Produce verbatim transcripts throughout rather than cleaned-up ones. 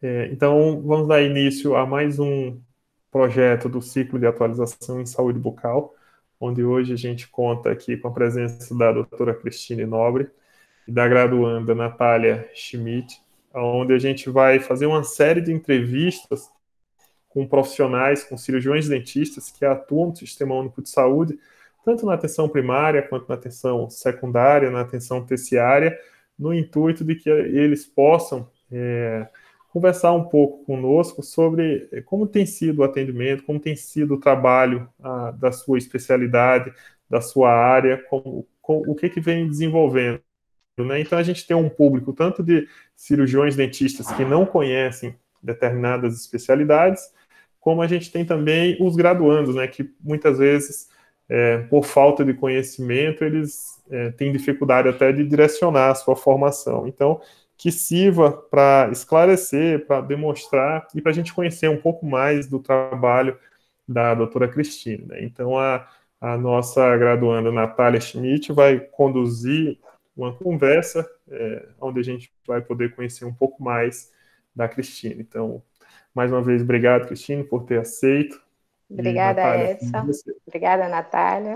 É, então, vamos dar início a mais um projeto do ciclo de atualização em saúde bucal, onde hoje a gente conta aqui com a presença da doutora Cristine Nobre e da graduanda Natália Schmidt, onde a gente vai fazer uma série de entrevistas com profissionais, com cirurgiões dentistas que atuam no Sistema Único de Saúde, tanto na atenção primária quanto na atenção secundária, na atenção terciária, no intuito de que eles possam é, conversar um pouco conosco sobre como tem sido o atendimento, como tem sido o trabalho a, da sua especialidade, da sua área, como, com, o que, que vem desenvolvendo. Né? Então, a gente tem um público tanto de cirurgiões dentistas que não conhecem determinadas especialidades, como a gente tem também os graduandos, né, que muitas vezes, é, por falta de conhecimento, eles é, têm dificuldade até de direcionar a sua formação. Então, que sirva para esclarecer, para demonstrar e para a gente conhecer um pouco mais do trabalho da doutora Cristine. Né? Então, a, a nossa graduanda Natália Schmidt vai conduzir uma conversa é, onde a gente vai poder conhecer um pouco mais da Cristine. Então, mais uma vez, obrigado, Cristine, por ter aceito. E, Obrigada, Natália, Edson. Obrigada, Natália.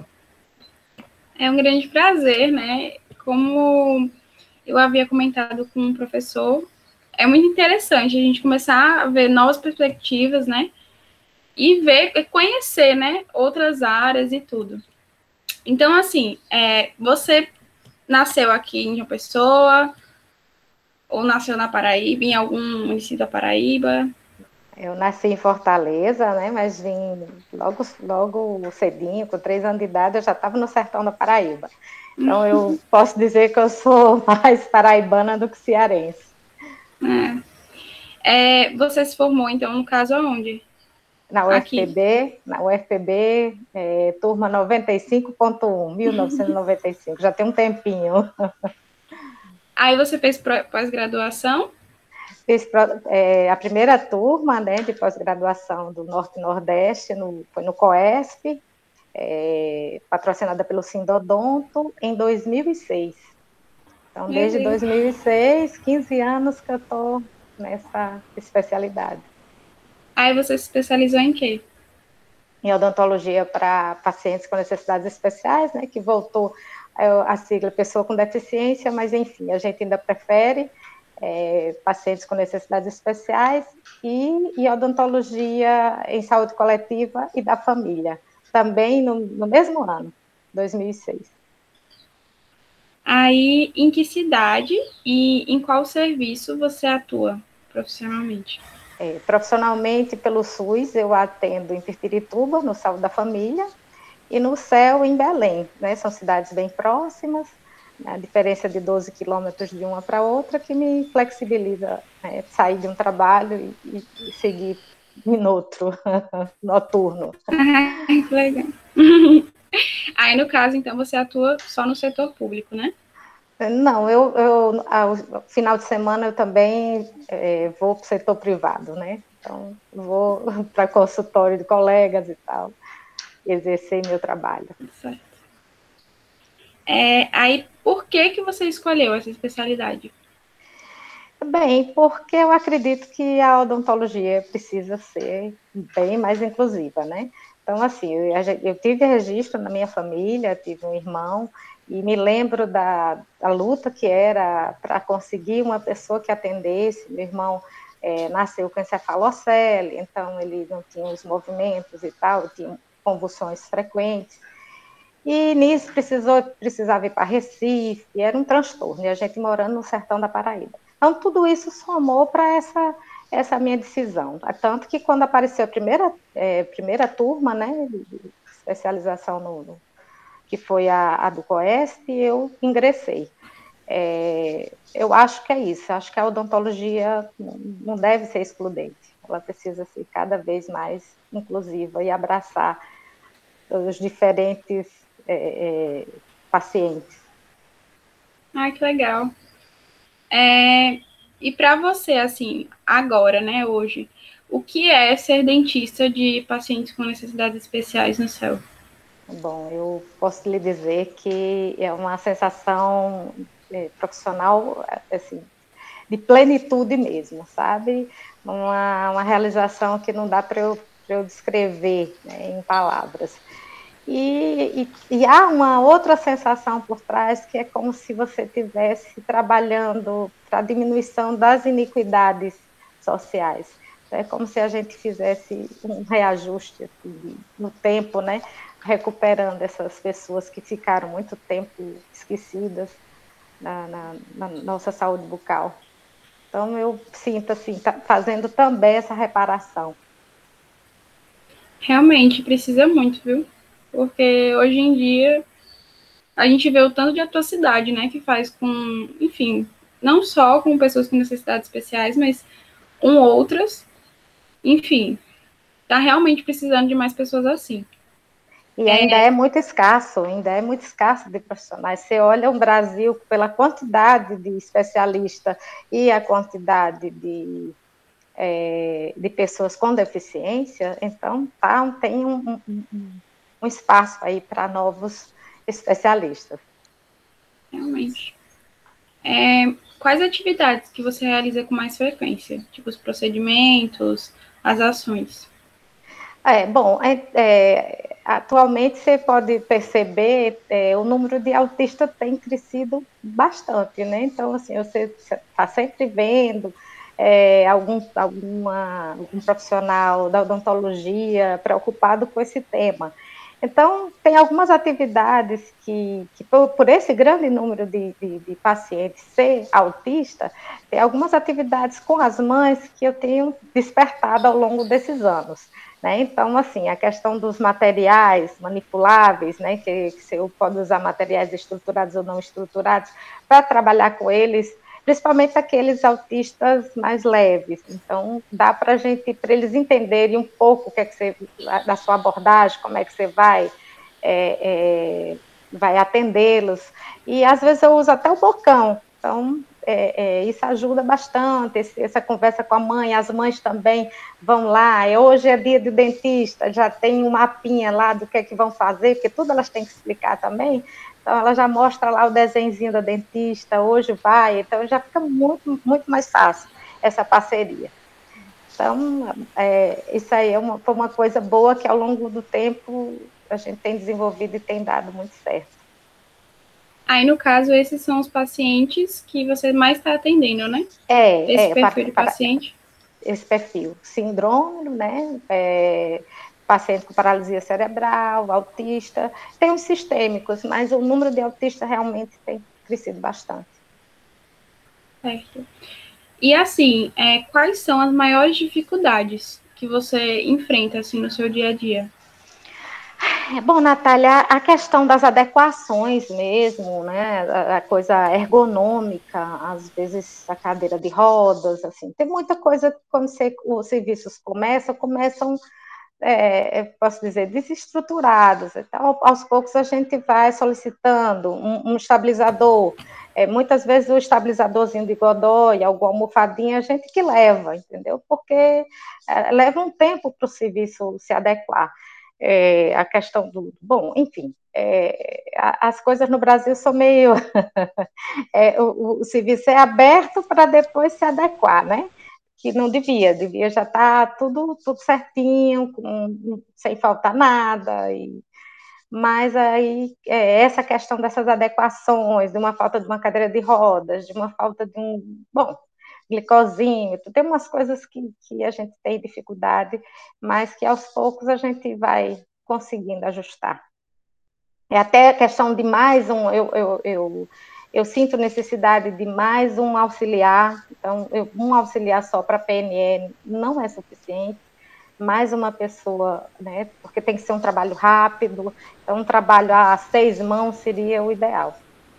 É um grande prazer, né? Como eu havia comentado com o professor, é muito interessante a gente começar a ver novas perspectivas, né? E ver, conhecer, né? Outras áreas e tudo. Então, assim, é, você nasceu aqui em João Pessoa ou nasceu na Paraíba, em algum município da Paraíba? Eu nasci em Fortaleza, né, mas vim logo, logo cedinho, com três anos de idade, eu já estava no sertão da Paraíba. Então, eu posso dizer que eu sou mais paraibana do que cearense. É. É, você se formou, então, no caso, aonde? Na U F P B, aqui. Na U F P B, é, turma noventa e cinco ponto um, mil novecentos e noventa e cinco, já tem um tempinho. Aí você fez pós-graduação? Fiz é, a primeira turma, né, de pós-graduação do Norte e Nordeste, no, foi no COESP, é, patrocinada pelo Sindodonto, em dois mil e seis. Então, Meu desde Deus. dois mil e seis, quinze anos que eu estou nessa especialidade. Aí você se especializou em quê? Em odontologia para pacientes com necessidades especiais, né, que voltou a sigla pessoa com deficiência, mas enfim, a gente ainda prefere é, pacientes com necessidades especiais e, e odontologia em saúde coletiva e da família, também no, no mesmo ano, dois mil e seis. Aí, em que cidade e em qual serviço você atua profissionalmente? É, profissionalmente, pelo SUS, eu atendo em Pirpirituba, no Saúde da Família, e no C E L, em Belém, né? São cidades bem próximas, a diferença de doze quilômetros de uma para outra, que me flexibiliza, né, sair de um trabalho e, e seguir em outro, noturno. Ah, que legal. Aí, no caso, então, você atua só no setor público, né? Não, eu, eu ao final de semana eu também é, vou para o setor privado, né? Então, vou para consultório de colegas e tal, exercer meu trabalho. Certo. É, aí, por que que você escolheu essa especialidade? Bem, porque eu acredito que a odontologia precisa ser bem mais inclusiva, né? Então, assim, eu, eu tive registro na minha família, tive um irmão, e me lembro da, da luta que era para conseguir uma pessoa que atendesse. Meu irmão é, nasceu com encefalocele, então ele não tinha os movimentos e tal, tinha convulsões frequentes. E nisso precisou, precisava ir para Recife, era um transtorno, e a gente morando no sertão da Paraíba. Então, tudo isso somou para essa, essa minha decisão. Tanto que quando apareceu a primeira, é, primeira turma, né, de especialização no, no que foi a, a do COESP, eu ingressei. É, eu acho que é isso, acho que a odontologia não deve ser excludente, ela precisa ser cada vez mais inclusiva e abraçar os diferentes é, é, pacientes. Ai, que legal. É, e para você, assim, agora, né, hoje, o que é ser dentista de pacientes com necessidades especiais no C E L? Bom, eu posso lhe dizer que é uma sensação é, profissional, assim, de plenitude mesmo, sabe? Uma, uma realização que não dá para eu, eu descrever, né, em palavras. E, e, e há uma outra sensação por trás, que é como se você estivesse trabalhando para a diminuição das iniquidades sociais. É como se a gente fizesse um reajuste assim, no tempo, né? Recuperando essas pessoas que ficaram muito tempo esquecidas na, na, na nossa saúde bucal. Então, eu sinto assim, tá fazendo também essa reparação. Realmente, precisa muito, viu? Porque hoje em dia a gente vê o tanto de atrocidade, né, que faz com, enfim, não só com pessoas com necessidades especiais, mas com outras. Enfim, tá realmente precisando de mais pessoas assim. E ainda é, é muito escasso, ainda é muito escasso de profissionais. Você olha o Brasil pela quantidade de especialistas e a quantidade de, é, de pessoas com deficiência, então tá, tem um, um, um espaço aí para novos especialistas. Realmente. É, quais atividades que você realiza com mais frequência? Tipo, os procedimentos, as ações? É, bom, é, é, atualmente você pode perceber é, o número de autistas tem crescido bastante, né? Então, assim, você está sempre vendo é, algum, alguma, algum profissional da odontologia preocupado com esse tema. Então, tem algumas atividades que, que por, por esse grande número de, de, de pacientes ser autista, tem algumas atividades com as mães que eu tenho despertado ao longo desses anos. Né? Então, assim, a questão dos materiais manipuláveis, né, que, que você pode usar materiais estruturados ou não estruturados, para trabalhar com eles, principalmente aqueles autistas mais leves. Então, dá para a gente, para eles entenderem um pouco o que é que você, da sua abordagem, como é que você vai, é, é, vai atendê-los. E, às vezes, eu uso até o bocão. Então, é, é, isso ajuda bastante, esse, essa conversa com a mãe, as mães também vão lá, é, hoje é dia de dentista, já tem um mapinha lá do que é que vão fazer, porque tudo elas têm que explicar também, então ela já mostra lá o desenhozinho da dentista, hoje vai, então já fica muito, muito mais fácil essa parceria. Então, é, isso aí é uma, foi uma coisa boa que ao longo do tempo a gente tem desenvolvido e tem dado muito certo. Aí, no caso, esses são os pacientes que você mais está atendendo, né? É, Esse é perfil para, de para paciente. esse perfil, síndrome, né? É, paciente com paralisia cerebral, autista, tem os sistêmicos, mas o número de autistas realmente tem crescido bastante. Certo. E assim, é, quais são as maiores dificuldades que você enfrenta assim no seu dia a dia? Bom, Natália, a questão das adequações mesmo, né, a coisa ergonômica, às vezes a cadeira de rodas, assim, tem muita coisa, quando você, os serviços começam, começam, é, posso dizer, desestruturados, então, aos poucos a gente vai solicitando um, um estabilizador, é, muitas vezes o estabilizadorzinho de Godoy, alguma almofadinha, a gente que leva, entendeu? Porque é, leva um tempo para o serviço se adequar. É, a questão do... Bom, enfim, é, as coisas no Brasil são meio... é, o, o serviço é aberto para depois se adequar, né? Que não devia, devia já estar tá tudo, tudo certinho, com, sem faltar nada, e... mas aí é, essa questão dessas adequações, de uma falta de uma cadeira de rodas, de uma falta de um... Bom, glicosímetro, tem umas coisas que, que a gente tem dificuldade, mas que aos poucos a gente vai conseguindo ajustar. É até a questão de mais um, eu, eu, eu, eu sinto necessidade de mais um auxiliar, então eu, um auxiliar só para P N E não é suficiente, mais uma pessoa, né, porque tem que ser um trabalho rápido, então um trabalho a seis mãos seria o ideal.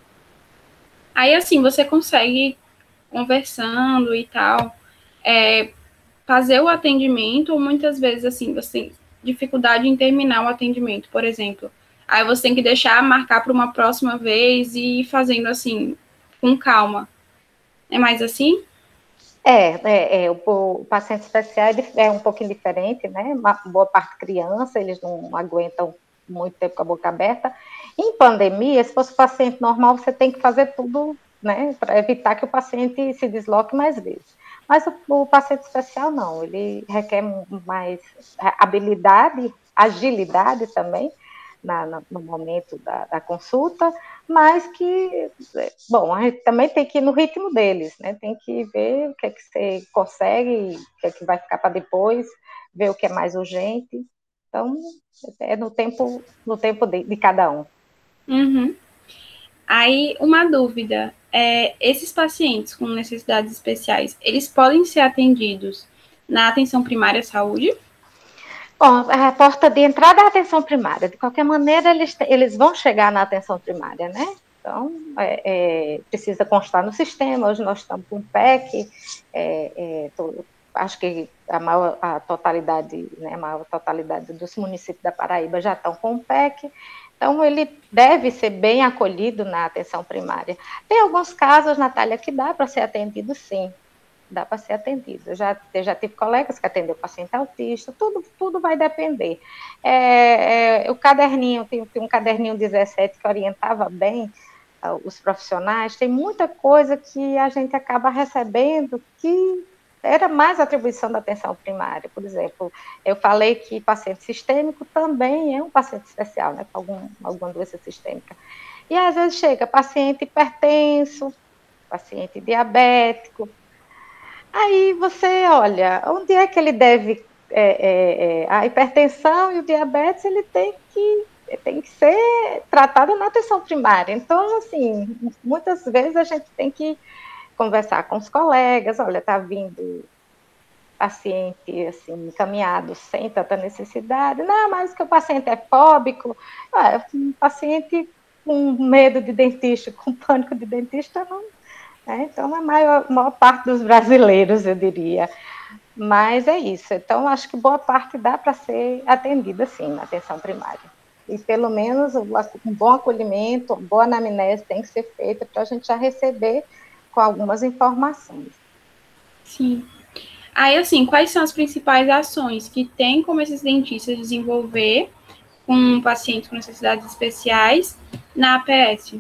Aí assim, você consegue conversando e tal, é, fazer o atendimento, ou muitas vezes, assim, você tem dificuldade em terminar o atendimento, por exemplo. Aí você tem que deixar marcar para uma próxima vez e ir fazendo, assim, com calma. É mais assim? É, é, é o, o paciente especial é um pouquinho diferente, né? Uma boa parte criança, eles não aguentam muito tempo com a boca aberta. Em pandemia, se fosse paciente normal, você tem que fazer tudo né, para evitar que o paciente se desloque mais vezes. Mas o, o paciente especial não, ele requer mais habilidade, agilidade também, na, na, no momento da, da consulta, mas que, bom, a gente também tem que ir no ritmo deles, né, tem que ver o que é que você consegue, o que é que vai ficar para depois, ver o que é mais urgente, então, é no tempo, no tempo de, de cada um. Uhum. Aí, uma dúvida, é, esses pacientes com necessidades especiais, eles podem ser atendidos na atenção primária à saúde? Bom, a porta de entrada é a atenção primária, de qualquer maneira eles, eles vão chegar na atenção primária, né? Então, é, é, precisa constar no sistema, hoje nós estamos com o P E C, é, é, tô, acho que a maior a totalidade, né, a maior totalidade dos municípios da Paraíba já estão com o P E C, então ele deve ser bem acolhido na atenção primária. Tem alguns casos, Natália, que dá para ser atendido sim, dá para ser atendido. Eu já, eu já tive colegas que atendeu paciente autista, tudo, tudo vai depender. É, é, o caderninho, tem, tem um caderninho dezessete que orientava bem uh, os profissionais, tem muita coisa que a gente acaba recebendo que era mais atribuição da atenção primária. Por exemplo, eu falei que paciente sistêmico também é um paciente especial, né, com algum, alguma doença sistêmica. E às vezes chega paciente hipertenso, paciente diabético. Aí você olha, onde é que ele deve, é, é, é, a hipertensão e o diabetes, ele tem que, tem que ser tratado na atenção primária. Então, assim, muitas vezes a gente tem que conversar com os colegas, olha, está vindo paciente, assim, encaminhado sem tanta necessidade, não, mas que o paciente é fóbico, ah, um paciente com medo de dentista, com pânico de dentista, não. É, então, a maior, a maior parte dos brasileiros, eu diria. Mas é isso. Então, acho que boa parte dá para ser atendida, sim, na atenção primária. E, pelo menos, um bom acolhimento, uma boa anamnese tem que ser feita para a gente já receber com algumas informações. Sim. Aí, assim, quais são as principais ações que tem como esses dentistas desenvolver com pacientes com necessidades especiais na A P S?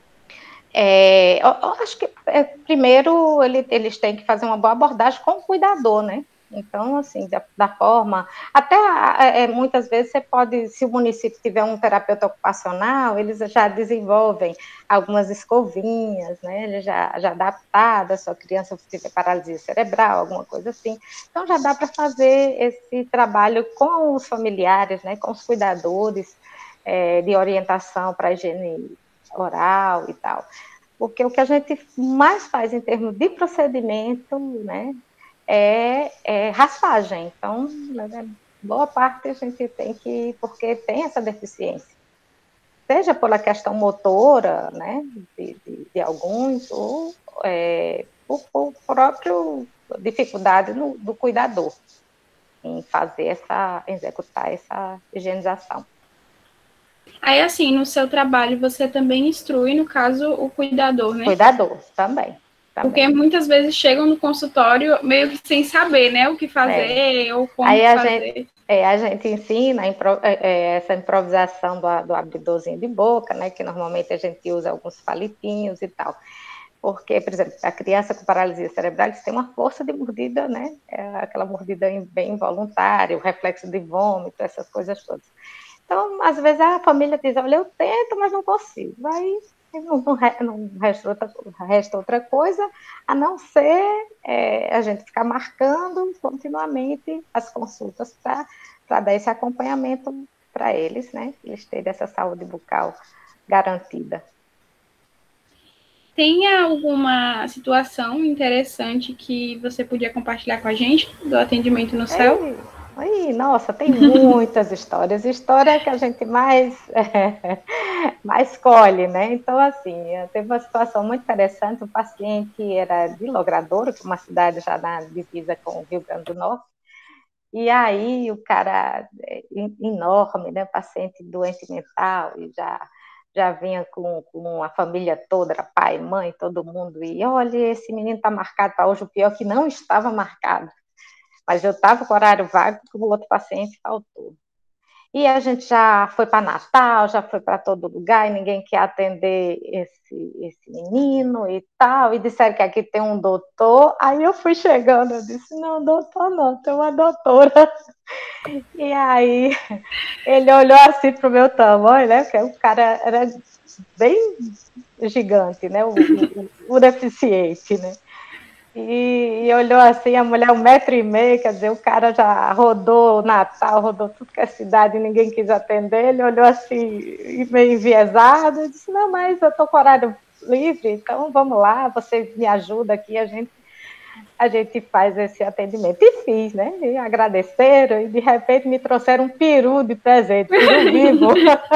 É, eu, eu acho que, é, primeiro, ele, eles têm que fazer uma boa abordagem com o cuidador, né? Então, assim, da, da forma... Até, é, muitas vezes, você pode, se o município tiver um terapeuta ocupacional, eles já desenvolvem algumas escovinhas, né? Ele já, já adaptada, se a criança tiver paralisia cerebral, alguma coisa assim. Então, já dá para fazer esse trabalho com os familiares, né? Com os cuidadores, é, de orientação para a higiene oral e tal, porque o que a gente mais faz em termos de procedimento, né, é, é raspagem, então, né, boa parte a gente tem que, porque tem essa deficiência, seja pela questão motora, né, de, de, de alguns, ou é, por, por próprio dificuldade no, do cuidador em fazer essa, executar essa higienização. Aí, assim, no seu trabalho, você também instrui, no caso, o cuidador, né? Cuidador, também. Porque também. muitas vezes chegam no consultório meio que sem saber, né, o que fazer é. ou como Aí a fazer. Gente, é, a gente ensina impro, é, essa improvisação do, do abridorzinho de boca, né, que normalmente a gente usa alguns palitinhos e tal. Porque, por exemplo, a criança com paralisia cerebral tem uma força de mordida, né, é aquela mordida bem involuntária, o reflexo de vômito, essas coisas todas. Então, às vezes a família diz, olha, eu tento, mas não consigo. Aí não, não, não resta, outra, resta outra coisa, a não ser é, a gente ficar marcando continuamente as consultas para dar esse acompanhamento para eles, né? Eles terem essa saúde bucal garantida. Tem alguma situação interessante que você podia compartilhar com a gente do atendimento no céu? Ei, nossa, tem muitas histórias, história que a gente mais, é, mais colhe, né? Então, assim, teve uma situação muito interessante, um paciente era de Logradouro, que é uma cidade já na divisa com o Rio Grande do Norte, e aí o cara, enorme, né, paciente doente mental, e já, já vinha com, com a família toda, pai, mãe, todo mundo, e olha, esse menino está marcado para hoje, o pior é que não estava marcado. Mas eu estava com horário vago, porque o outro paciente faltou. e a gente já foi para Natal, já foi para todo lugar, e ninguém quer atender esse, esse menino e tal, e disseram que aqui tem um doutor. Aí eu fui chegando, eu disse, não, doutor não, tem uma doutora. E aí ele olhou assim para o meu tamanho, né, porque o cara era bem gigante, né, o, o, o deficiente, né. E, e olhou assim, a mulher um metro e meio, quer dizer, o cara já rodou o Natal, rodou tudo que é cidade e ninguém quis atender. Ele olhou assim, meio enviesado, e disse, não, mas eu estou com horário livre, então vamos lá, você me ajuda aqui, a gente, a gente faz esse atendimento. E fiz, né? E agradeceram, e de repente me trouxeram um peru de presente, peru vivo.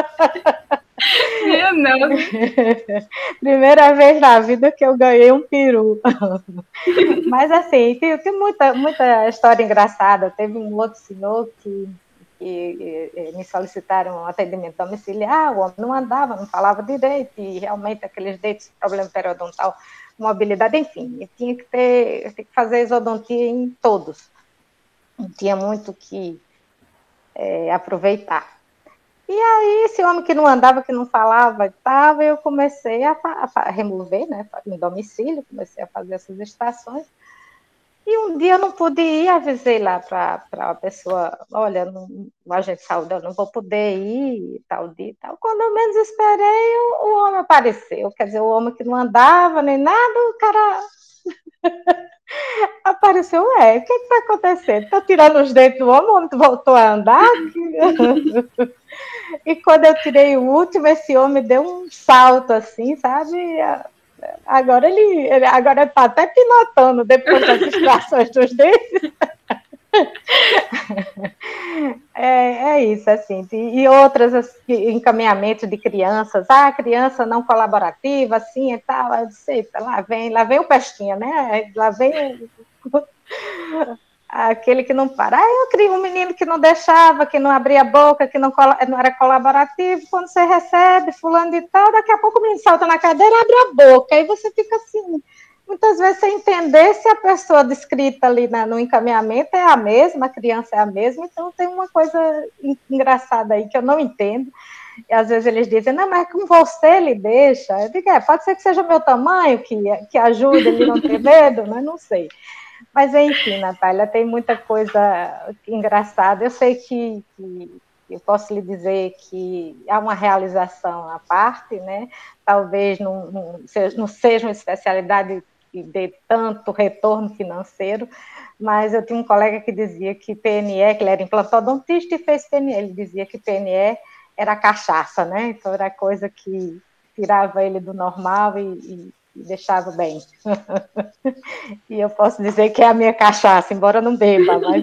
Meu Deus. Primeira vez na vida que eu ganhei um peru. Mas assim, tem, tem muita, muita história engraçada. Teve um outro senhor que, que, que me solicitaram um atendimento domiciliar, o homem não andava, não falava direito, e realmente aqueles dentes, problema periodontal, mobilidade, enfim, eu tinha que ter, tinha que fazer exodontia em todos. Não tinha muito que é, aproveitar. E aí, esse homem que não andava, que não falava e tal, eu comecei a, a, a remover, né, em domicílio, comecei a fazer essas extrações. E um dia eu não pude ir, avisei lá para a pessoa, olha, não, o agente de saúde, eu não vou poder ir, tal dia e tal. Quando eu menos esperei, o, o homem apareceu, quer dizer, o homem que não andava nem nada, o cara apareceu, ué, o que está acontecendo? Estou tirando os dentes do homem, o homem voltou a andar? E quando eu tirei o último, esse homem deu um salto assim, sabe? Agora ele, ele agora está até pilotando depois das extrações dos dentes. É, é isso, assim. E outras assim, encaminhamentos de crianças. Ah, criança não colaborativa, assim e tal. Eu disse, lá vem, lá vem o pestinha, né? Lá vem o... aquele que não para. Ah, eu criei um menino que não deixava, que não abria a boca, que não, não era colaborativo. Quando você recebe fulano de tal, daqui a pouco o menino salta na cadeira e abre a boca. Aí você fica assim, muitas vezes sem entender se a pessoa descrita ali na, no encaminhamento é a mesma, a criança é a mesma. Então tem uma coisa engraçada aí que eu não entendo. E às vezes eles dizem, não, mas com você ele deixa. Eu digo, é, pode ser que seja meu tamanho que, que ajuda ele não ter medo, mas não sei. Mas, enfim, Natália, tem muita coisa engraçada. Eu sei que, que eu posso lhe dizer que há uma realização à parte, né? Talvez não, não, seja, não seja uma especialidade que dê tanto retorno financeiro, mas eu tinha um colega que dizia que P N E, que ele era implantodontista e fez P N E, ele dizia que P N E era cachaça, né? Então era coisa que tirava ele do normal e, e e deixava bem. E eu posso dizer que é a minha cachaça, embora eu não beba, mas...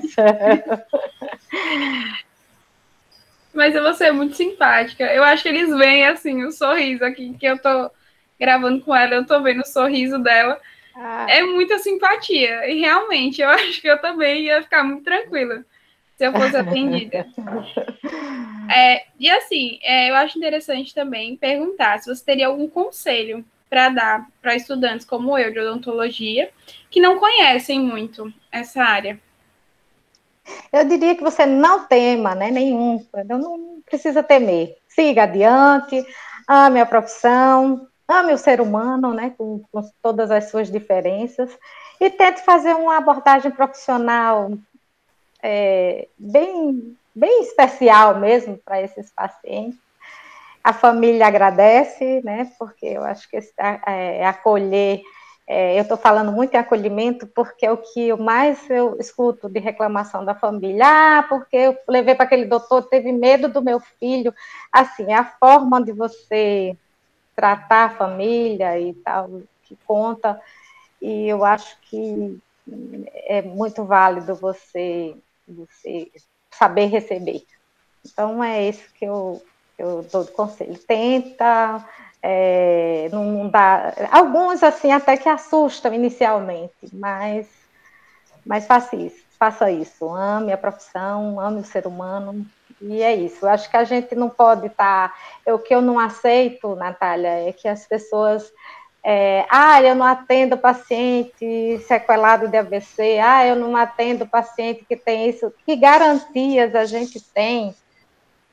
Mas você é muito simpática. Eu acho que eles veem, assim, o sorriso aqui, que eu tô gravando com ela, eu tô vendo o sorriso dela. Ah. É muita simpatia. E realmente, eu acho que eu também ia ficar muito tranquila se eu fosse atendida. É, e assim, é, eu acho interessante também perguntar se você teria algum conselho para dar para estudantes como eu, de odontologia, que não conhecem muito essa área. Eu diria que você não tema, né, nenhum, não precisa temer. Siga adiante, ame a profissão, ame o ser humano, né, com, com todas as suas diferenças, e tente fazer uma abordagem profissional é, bem, bem especial mesmo para esses pacientes. A família agradece, né, porque eu acho que é, acolher, é, eu estou falando muito em acolhimento porque é o que eu mais eu escuto de reclamação da família. Ah, porque eu levei para aquele doutor, teve medo do meu filho. Assim, é a forma de você tratar a família e tal, que conta, e eu acho que é muito válido você, você saber receber. Então, é isso que eu, eu dou de conselho. Tenta, é, não dá... Alguns, assim, até que assustam inicialmente, mas, mas faça isso, faça isso. Ame a profissão, ame o ser humano, e é isso. Eu acho que a gente não pode estar... Tá... O que eu não aceito, Natália, é que as pessoas... É, ah, eu não atendo paciente sequelado de A V C, ah, eu não atendo paciente que tem isso. Que garantias a gente tem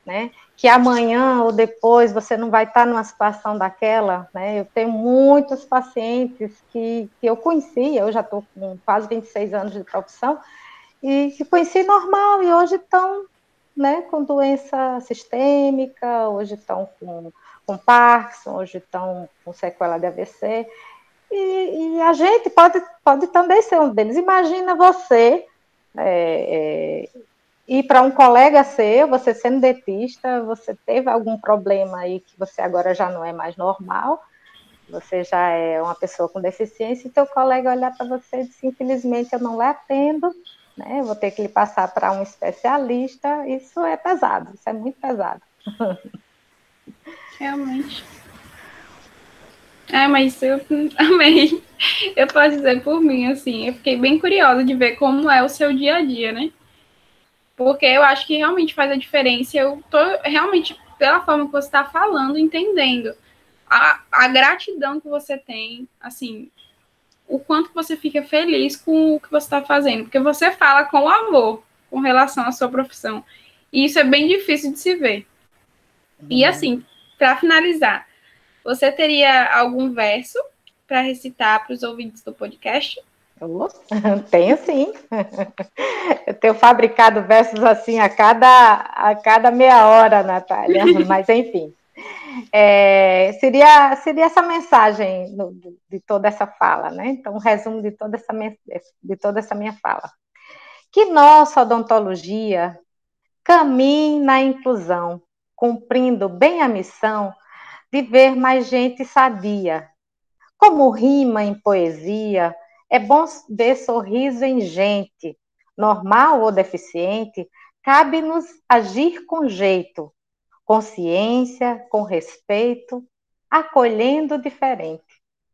né? Que amanhã ou depois você não vai estar numa situação daquela, né? Eu tenho muitos pacientes que, que eu conheci, eu já estou com quase vinte e seis anos de profissão, e que conheci normal, e hoje estão, né, com doença sistêmica, hoje estão com, com Parkinson, hoje estão com sequela de A V C, e, e a gente pode, pode também ser um deles. Imagina você é, é, ir para um colega seu, você sendo dentista, você teve algum problema aí que você agora já não é mais normal, você já é uma pessoa com deficiência, e teu colega olhar para você e dizer, infelizmente eu não lhe atendo, né? Eu vou ter que lhe passar para um especialista. Isso é pesado, isso é muito pesado. Realmente. É, mas eu amei. Eu posso dizer por mim, assim, eu fiquei bem curiosa de ver como é o seu dia a dia, né? Porque eu acho que realmente faz a diferença. Eu tô realmente, pela forma que você está falando, entendendo a, a gratidão que você tem, assim, o quanto que você fica feliz com o que você está fazendo. Porque você fala com amor com relação à sua profissão. E isso é bem difícil de se ver. E assim, para finalizar, você teria algum verso para recitar para os ouvintes do podcast? Eu tenho sim. Eu tenho fabricado versos assim a cada, a cada meia hora, Natália. Mas enfim, é, seria, seria essa mensagem no, de toda essa fala, né? Então, um resumo de toda essa, de toda essa minha fala. Que nossa odontologia caminhe na inclusão, cumprindo bem a missão de ver mais gente sadia. Como rima em poesia, é bom ver sorriso em gente, normal ou deficiente, cabe-nos agir com jeito, consciência, com respeito, acolhendo o diferente.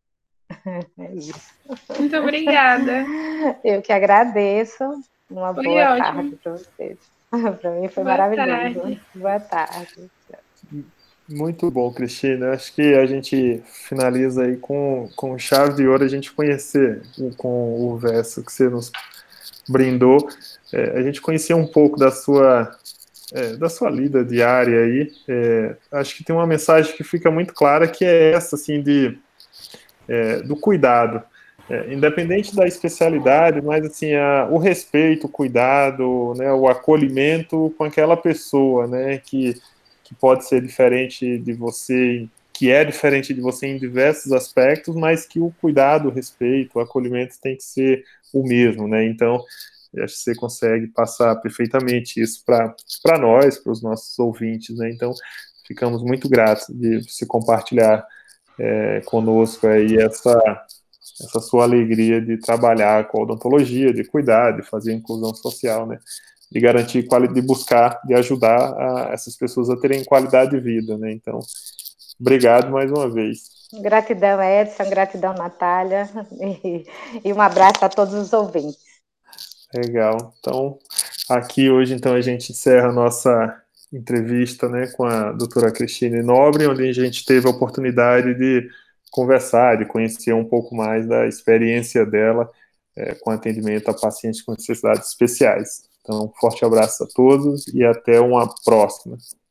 É isso. Muito obrigada. Eu que agradeço. Uma Foi boa ótimo. tarde para vocês. Para mim foi Boa maravilhoso. tarde. Boa tarde. Muito bom, Cristina. Acho que a gente finaliza aí com, com chave de ouro, a gente conhecer o, com o verso que você nos brindou. É, a gente conhecer um pouco da sua, é, da sua lida diária aí. É, acho que tem uma mensagem que fica muito clara, que é essa, assim, de, é, do cuidado. É, independente da especialidade, mas assim, a, o respeito, o cuidado, né, o acolhimento com aquela pessoa, né, que que pode ser diferente de você, que é diferente de você em diversos aspectos, mas que o cuidado, o respeito, o acolhimento tem que ser o mesmo, né? Então, acho que você consegue passar perfeitamente isso para nós, para os nossos ouvintes, né? Então, ficamos muito gratos de você compartilhar é, conosco aí essa, essa sua alegria de trabalhar com a odontologia, de cuidar, de fazer inclusão social, né? De garantir, de buscar, de ajudar a essas pessoas a terem qualidade de vida, né? Então, obrigado mais uma vez. Gratidão, Edson, gratidão, Natália, e, e um abraço a todos os ouvintes. Legal. Então, aqui hoje, então, a gente encerra a nossa entrevista, né, com a doutora Cristine Nobre, onde a gente teve a oportunidade de conversar, de conhecer um pouco mais da experiência dela é, com atendimento a pacientes com necessidades especiais. Então, um forte abraço a todos e até uma próxima.